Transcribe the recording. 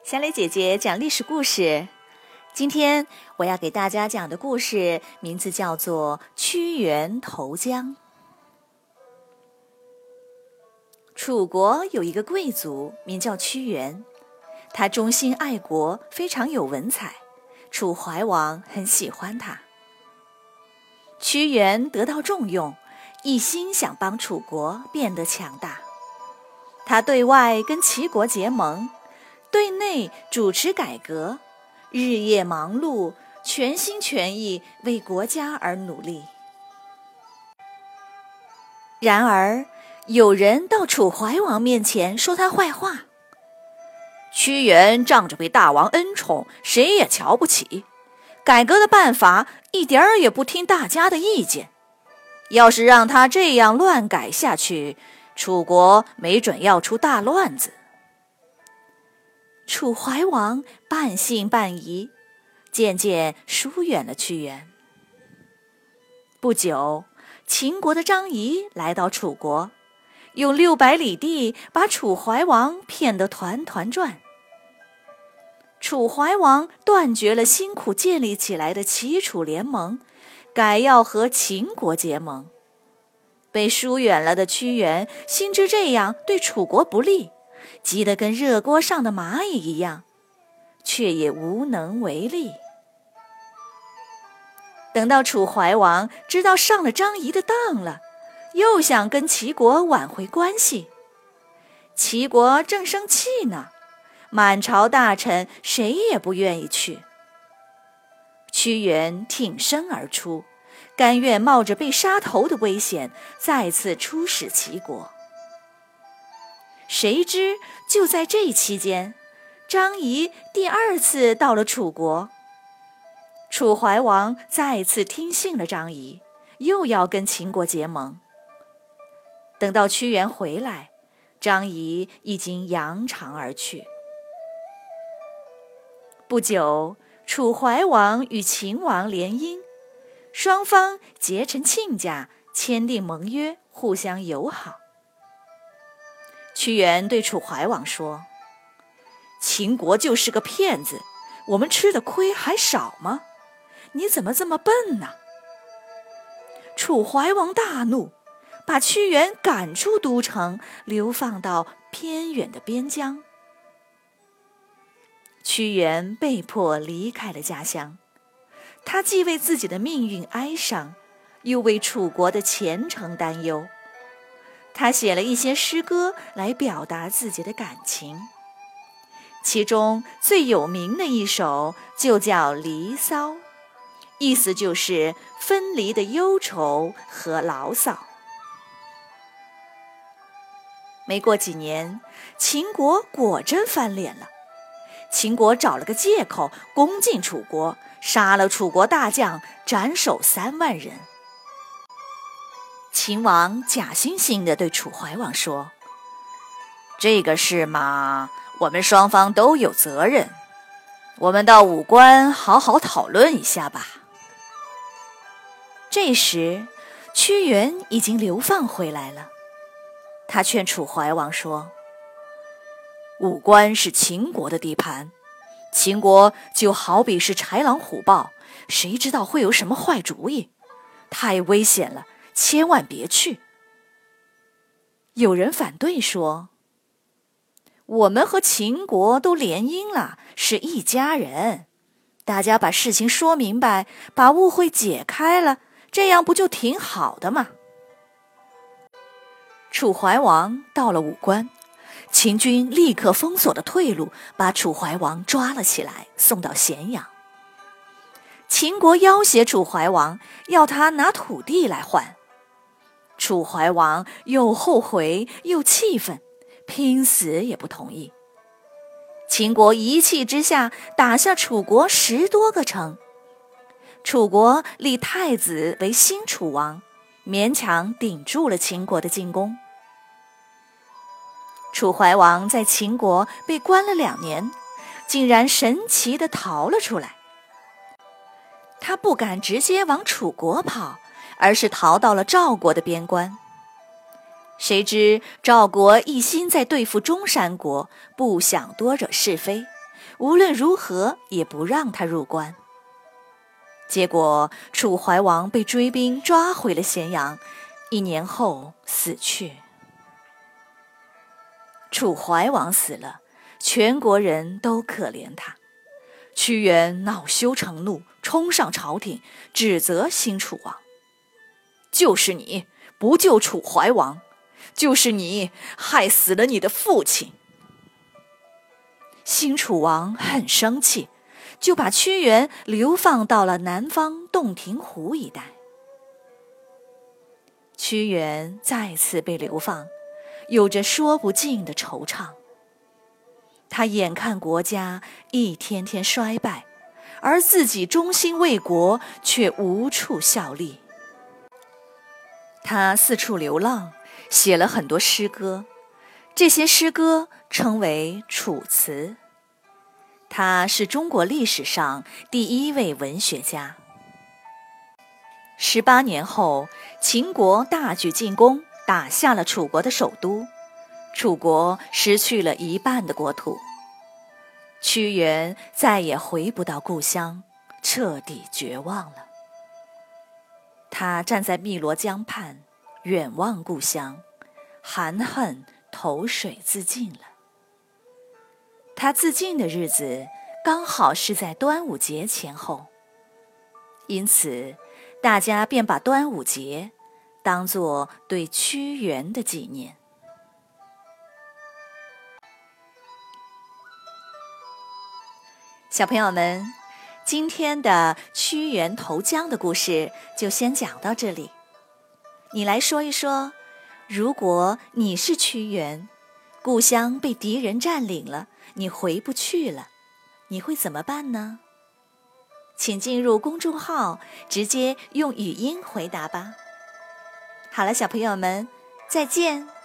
小磊姐姐讲历史故事。今天我要给大家讲的故事名字叫做屈原投江。楚国有一个贵族名叫屈原，他忠心爱国，非常有文采，楚怀王很喜欢他。屈原得到重用，一心想帮楚国变得强大。他对外跟齐国结盟，对内主持改革，日夜忙碌，全心全意为国家而努力。然而有人到楚怀王面前说他坏话， 屈原仗着被大王恩宠，谁也瞧不起，改革的办法一点儿也不听大家的意见，要是让他这样乱改下去，楚国没准要出大乱子。 楚怀王半信半疑，渐渐疏远了屈原。不久，秦国的张仪来到楚国，用600里地把楚怀王骗得团团转。楚怀王断绝了辛苦建立起来的齐楚联盟，改要和秦国结盟。被疏远了的屈原心知这样对楚国不利，急得跟热锅上的蚂蚁一样，却也无能为力。等到楚怀王知道上了张仪的当了，又想跟齐国挽回关系，齐国正生气呢，满朝大臣谁也不愿意去。屈原挺身而出，甘愿冒着被杀头的危险，再次出使齐国。谁知就在这期间，张仪第2次到了楚国。楚怀王再次听信了张仪，又要跟秦国结盟。等到屈原回来，张仪已经扬长而去。不久，楚怀王与秦王联姻，双方结成亲家，签订盟约，互相友好。屈原对楚怀王说：“秦国就是个骗子，我们吃的亏还少吗？你怎么这么笨呢？”楚怀王大怒，把屈原赶出都城，流放到偏远的边疆。屈原被迫离开了家乡，他既为自己的命运哀伤，又为楚国的前程担忧。他写了一些诗歌来表达自己的感情，其中最有名的一首就叫《离骚》，意思就是分离的忧愁和牢骚。没过几年，秦国果真翻脸了。秦国找了个借口攻进楚国，杀了楚国大将，斩首3万人。秦王假惺惺地对楚怀王说：“ 这个事嘛，我们双方都有责任，我们到武关好好讨论一下吧。” 这时，屈原已经流放回来了。他劝楚怀王说：“ 武关是秦国的地盘，秦国就好比是豺狼虎豹，谁知道会有什么坏主意？太危险了，千万别去。” 有人反对说：“我们和秦国都联姻了，是一家人，大家把事情说明白，把误会解开了，这样不就挺好的吗？”楚怀王到了武关，秦军立刻封锁了退路，把楚怀王抓了起来，送到咸阳。秦国要挟楚怀王，要他拿土地来换。楚怀王又后悔又气愤，拼死也不同意。秦国一气之下打下楚国10多个城，楚国立太子为新楚王，勉强顶住了秦国的进攻。楚怀王在秦国被关了2年，竟然神奇地逃了出来。他不敢直接往楚国跑，而是逃到了赵国的边关。谁知赵国一心在对付中山国，不想多惹是非， 无论如何也不让他入关。结果楚怀王被追兵抓回了咸阳，1年后死去。楚怀王死了，全国人都可怜他。屈原恼羞成怒，冲上朝廷，指责新楚王：就是你不救楚怀王，就是你害死了你的父亲。新楚王很生气，就把屈原流放到了南方洞庭湖一带。屈原再次被流放，有着说不尽的惆怅。他眼看国家一天天衰败，而自己忠心为国，却无处效力。他四处流浪，写了很多诗歌，这些诗歌称为《楚辞》。他是中国历史上第1位文学家。18年后，秦国大举进攻，打下了楚国的首都，楚国失去了1半的国土。屈原再也回不到故乡，彻底绝望了。他站在汨罗江畔，远望故乡，含恨投水自尽了。他自尽的日子刚好是在端午节前后，因此大家便把端午节当作对屈原的纪念。小朋友们，今天的屈原投江的故事就先讲到这里。你来说一说，如果你是屈原，故乡被敌人占领了，你回不去了，你会怎么办呢？请进入公众号，直接用语音回答吧。好了，小朋友们，再见。